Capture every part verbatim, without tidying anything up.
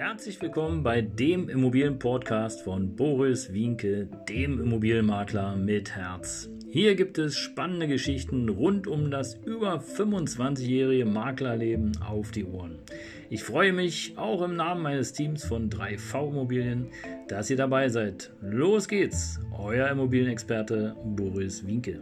Herzlich willkommen bei dem Immobilienpodcast von Boris Wienke, dem Immobilienmakler mit Herz. Hier gibt es spannende Geschichten rund um das über fünfundzwanzigjährige Maklerleben auf die Ohren. Ich freue mich auch im Namen meines Teams von drei V Immobilien, dass ihr dabei seid. Los geht's, euer Immobilienexperte Boris Wienke.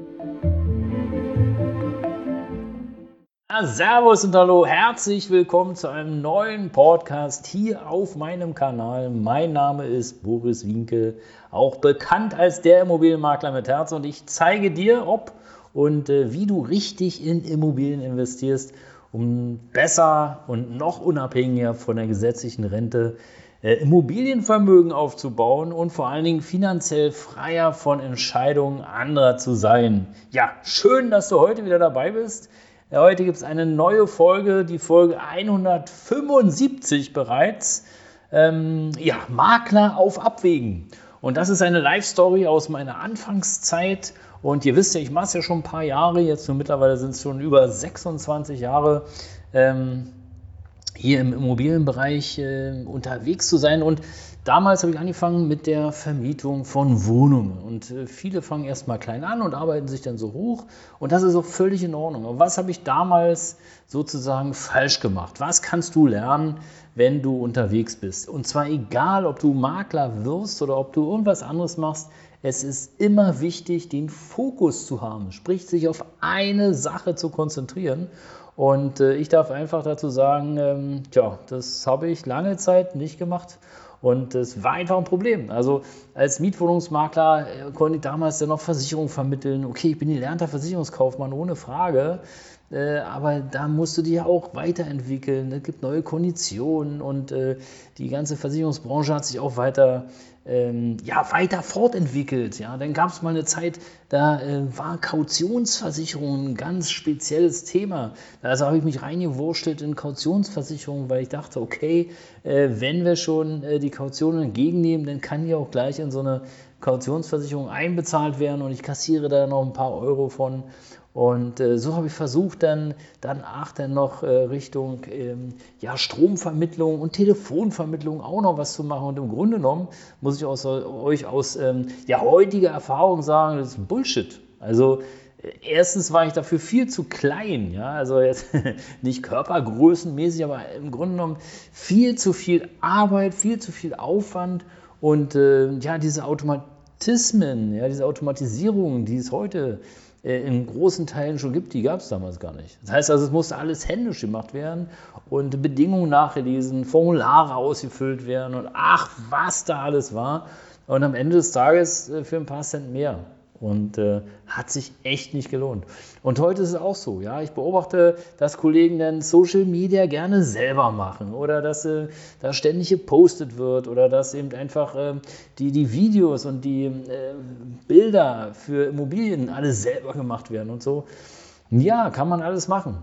Ja, servus und hallo, herzlich willkommen zu einem neuen Podcast hier auf meinem Kanal. Mein Name ist Boris Wienke, auch bekannt als der Immobilienmakler mit Herz, und ich zeige dir, ob und äh, wie du richtig in Immobilien investierst, um besser und noch unabhängiger von der gesetzlichen Rente äh, Immobilienvermögen aufzubauen und vor allen Dingen finanziell freier von Entscheidungen anderer zu sein. Ja, schön, dass du heute wieder dabei bist. Heute gibt es eine neue Folge, die Folge hundertfünfundsiebzig bereits. Ähm, ja, Makler auf Abwägen. Und das ist eine Live-Story aus meiner Anfangszeit. Und ihr wisst ja, ich mache es ja schon ein paar Jahre, jetzt nur mittlerweile sind es schon über sechsundzwanzig Jahre, ähm, hier im Immobilienbereich äh, unterwegs zu sein. Und damals habe ich angefangen mit der Vermietung von Wohnungen. Und äh, viele fangen erst mal klein an und arbeiten sich dann so hoch. Und das ist auch völlig in Ordnung. Aber was habe ich damals sozusagen falsch gemacht? Was kannst du lernen, wenn du unterwegs bist? Und zwar egal, ob du Makler wirst oder ob du irgendwas anderes machst. Es ist immer wichtig, den Fokus zu haben, sprich sich auf eine Sache zu konzentrieren. Und äh, ich darf einfach dazu sagen, ähm, tja, das habe ich lange Zeit nicht gemacht. Und es war einfach ein Problem. Also als Mietwohnungsmakler äh, konnte ich damals dann noch Versicherungen vermitteln. Okay, ich bin gelernter Versicherungskaufmann, ohne Frage. Äh, aber da musst du dich ja auch weiterentwickeln. Es gibt neue Konditionen und äh, die ganze Versicherungsbranche hat sich auch weiter Ähm, ja, weiter fortentwickelt. Ja. Dann gab es mal eine Zeit, da äh, war Kautionsversicherung ein ganz spezielles Thema. Also habe ich mich reingewurschtelt in Kautionsversicherung, weil ich dachte, okay, äh, wenn wir schon äh, die Kaution entgegennehmen, dann kann die auch gleich in so eine Kautionsversicherung einbezahlt werden und ich kassiere da noch ein paar Euro von. Und äh, so habe ich versucht, dann danach dann noch äh, Richtung ähm, ja, Stromvermittlung und Telefonvermittlung auch noch was zu machen. Und im Grunde genommen muss ich aus, euch aus ähm, ja, heutiger Erfahrung sagen, das ist Bullshit. Also äh, erstens war ich dafür viel zu klein, ja, also jetzt nicht körpergrößenmäßig, aber im Grunde genommen viel zu viel Arbeit, viel zu viel Aufwand und äh, ja, diese Automatismen, ja, diese Automatisierungen, die es heute in großen Teilen schon gibt, die gab es damals gar nicht. Das heißt also, es musste alles händisch gemacht werden und Bedingungen nachgelesen, Formulare ausgefüllt werden und ach, was da alles war. Und am Ende des Tages für ein paar Cent mehr. Und äh, hat sich echt nicht gelohnt. Und heute ist es auch so. Ja? Ich beobachte, dass Kollegen dann Social Media gerne selber machen oder dass äh, da ständig gepostet wird oder dass eben einfach äh, die, die Videos und die äh, Bilder für Immobilien alle selber gemacht werden und so. Ja, kann man alles machen.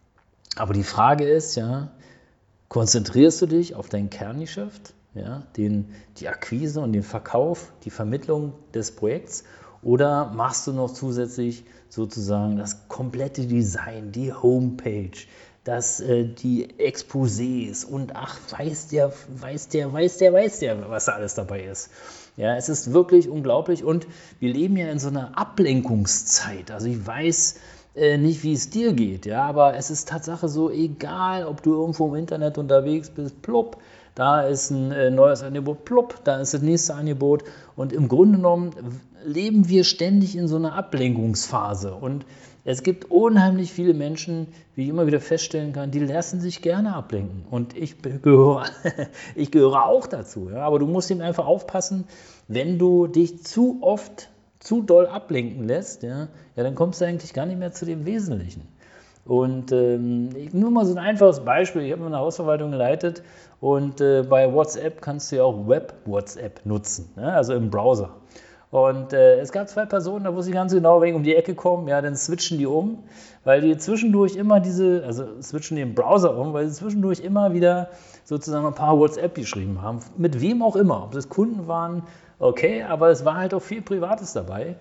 Aber die Frage ist, ja, konzentrierst du dich auf dein Kerngeschäft, ja, den, die Akquise und den Verkauf, die Vermittlung des Projekts? Oder machst du noch zusätzlich sozusagen das komplette Design, die Homepage, das, äh, die Exposés und ach, weiß der, weiß der, weiß der, weiß der, was da alles dabei ist. Ja, es ist wirklich unglaublich und wir leben ja in so einer Ablenkungszeit. Also ich weiß äh, nicht, wie es dir geht, ja, aber es ist Tatsache so, egal, ob du irgendwo im Internet unterwegs bist, plopp, da ist ein äh, neues Angebot, plopp, da ist das nächste Angebot und im Grunde genommen leben wir ständig in so einer Ablenkungsphase und es gibt unheimlich viele Menschen, wie ich immer wieder feststellen kann, die lassen sich gerne ablenken und ich gehöre, ich gehöre auch dazu, ja? Aber du musst eben einfach aufpassen, wenn du dich zu oft, zu doll ablenken lässt, ja, ja, dann kommst du eigentlich gar nicht mehr zu dem Wesentlichen. Und ähm, nur mal so ein einfaches Beispiel, ich habe eine Hausverwaltung geleitet und äh, bei WhatsApp kannst du ja auch Web-WhatsApp nutzen, ne? Also im Browser. Und äh, es gab zwei Personen, da wusste ich ganz genau, wenn ich um die Ecke komme, ja, dann switchen die um, weil die zwischendurch immer diese, also switchen die im Browser um, weil sie zwischendurch immer wieder sozusagen ein paar WhatsApp geschrieben haben, mit wem auch immer, ob das Kunden waren, okay, aber es war halt auch viel Privates dabei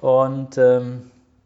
und ähm,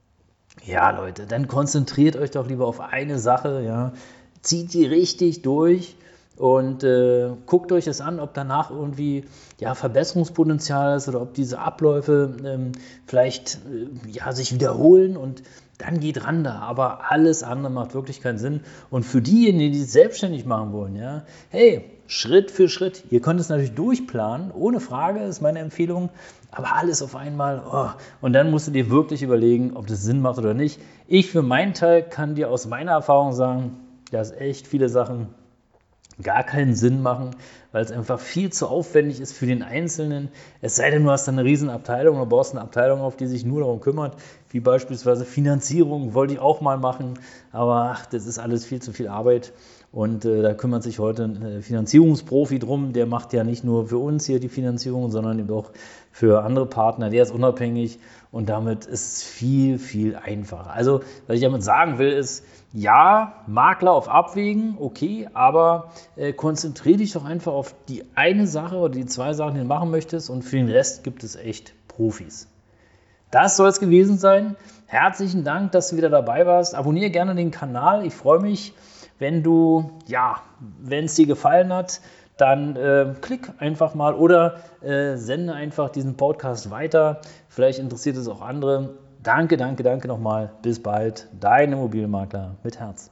ja, Leute, dann konzentriert euch doch lieber auf eine Sache, ja, zieht die richtig durch und äh, guckt euch das an, ob danach irgendwie ja, Verbesserungspotenzial ist oder ob diese Abläufe ähm, vielleicht äh, ja, sich wiederholen und dann geht ran da. Aber alles andere macht wirklich keinen Sinn. Und für diejenigen, die es selbstständig machen wollen, ja, hey, Schritt für Schritt. Ihr könnt es natürlich durchplanen, ohne Frage, ist meine Empfehlung. Aber alles auf einmal, oh. Und dann musst du dir wirklich überlegen, ob das Sinn macht oder nicht. Ich für meinen Teil kann dir aus meiner Erfahrung sagen, dass echt viele Sachen gar keinen Sinn machen, weil es einfach viel zu aufwendig ist für den Einzelnen. Es sei denn, du hast eine riesen Abteilung oder baust eine Abteilung auf, die sich nur darum kümmert, wie beispielsweise Finanzierung, wollte ich auch mal machen, aber ach, das ist alles viel zu viel Arbeit. Und äh, da kümmert sich heute ein äh, Finanzierungsprofi drum, der macht ja nicht nur für uns hier die Finanzierung, sondern eben auch für andere Partner, der ist unabhängig und damit ist es viel, viel einfacher. Also, was ich damit sagen will, ist, ja, Makler auf Abwägen, okay, aber äh, konzentriere dich doch einfach auf die eine Sache oder die zwei Sachen, die du machen möchtest und für den Rest gibt es echt Profis. Das soll es gewesen sein. Herzlichen Dank, dass du wieder dabei warst. Abonniere gerne den Kanal. Ich freue mich, wenn du, ja, wenn es dir gefallen hat, dann äh, klick einfach mal oder äh, sende einfach diesen Podcast weiter. Vielleicht interessiert es auch andere. Danke, danke, danke nochmal. Bis bald. Dein Immobilienmakler mit Herz.